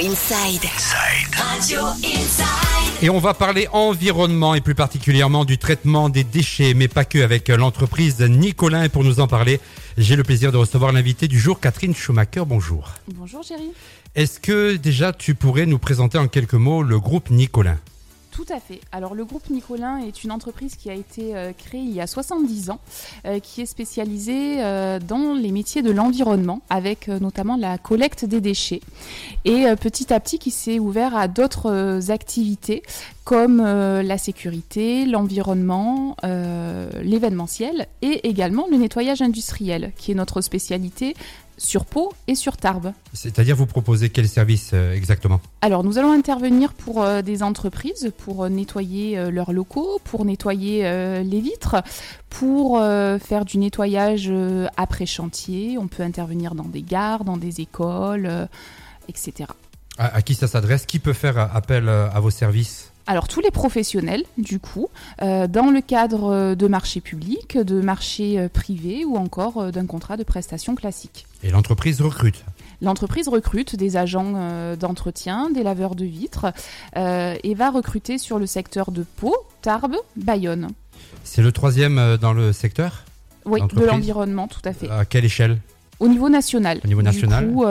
Inside. Radio Inside. Et on va parler environnement et plus particulièrement du traitement des déchets, mais pas que, avec l'entreprise Nicolin. Et pour nous en parler, j'ai le plaisir de recevoir l'invité du jour, Catherine Schumacher. Bonjour. Bonjour Géry. Est-ce que déjà tu pourrais nous présenter en quelques mots le groupe Nicolin ? Tout à fait. Alors le groupe Nicolin est une entreprise qui a été créée il y a 70 ans, qui est spécialisée dans les métiers de l'environnement, avec notamment la collecte des déchets. Et petit à petit qui s'est ouvert à d'autres activités comme la sécurité, l'environnement, l'événementiel et également le nettoyage industriel, qui est notre spécialité sur Pau et sur Tarbes. C'est-à-dire vous proposez quel service exactement ? Alors nous allons intervenir pour des entreprises, pour nettoyer leurs locaux, pour nettoyer les vitres, pour faire du nettoyage après chantier. On peut intervenir dans des gares, dans des écoles, etc. À qui ça s'adresse ? Qui peut faire appel à vos services ? Alors tous les professionnels, du coup, dans le cadre de marchés publics, de marchés privés ou encore d'un contrat de prestation classique. Et l'entreprise recrute ? L'entreprise recrute des agents d'entretien, des laveurs de vitres et va recruter sur le secteur de Pau, Tarbes, Bayonne. C'est le troisième dans le secteur ? Oui, de l'environnement, tout à fait. À quelle échelle ? Au niveau national. Au niveau national. Du coup,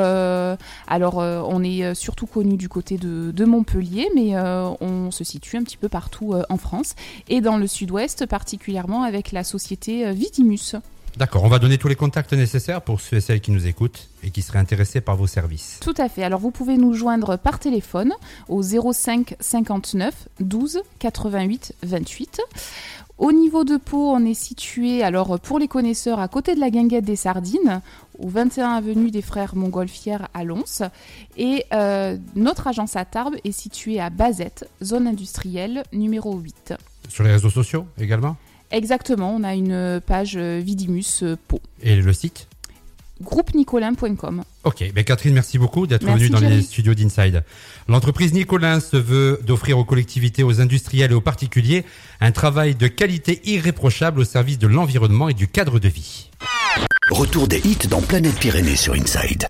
on est surtout connu du côté de Montpellier, mais on se situe un petit peu partout en France et dans le sud-ouest, particulièrement avec la société Vidimus. D'accord, on va donner tous les contacts nécessaires pour ceux et celles qui nous écoutent et qui seraient intéressés par vos services. Tout à fait. Alors vous pouvez nous joindre par téléphone au 05 59 12 88 28. Au niveau de Pau, on est situé, alors pour les connaisseurs, à côté de la Guinguette des Sardines, au 21 avenue des Frères Montgolfière à Lons. Et notre agence à Tarbes est située à Bazette, zone industrielle numéro 8. Sur les réseaux sociaux également ? Exactement, on a une page Vidimus Pau. Et le site ? Groupenicolin.com. Ok, Catherine, merci beaucoup d'être venue dans les studios d'Inside. L'entreprise Nicolin se veut d'offrir aux collectivités, aux industriels et aux particuliers un travail de qualité irréprochable au service de l'environnement et du cadre de vie. Retour des hits dans Planète Pyrénées sur Inside.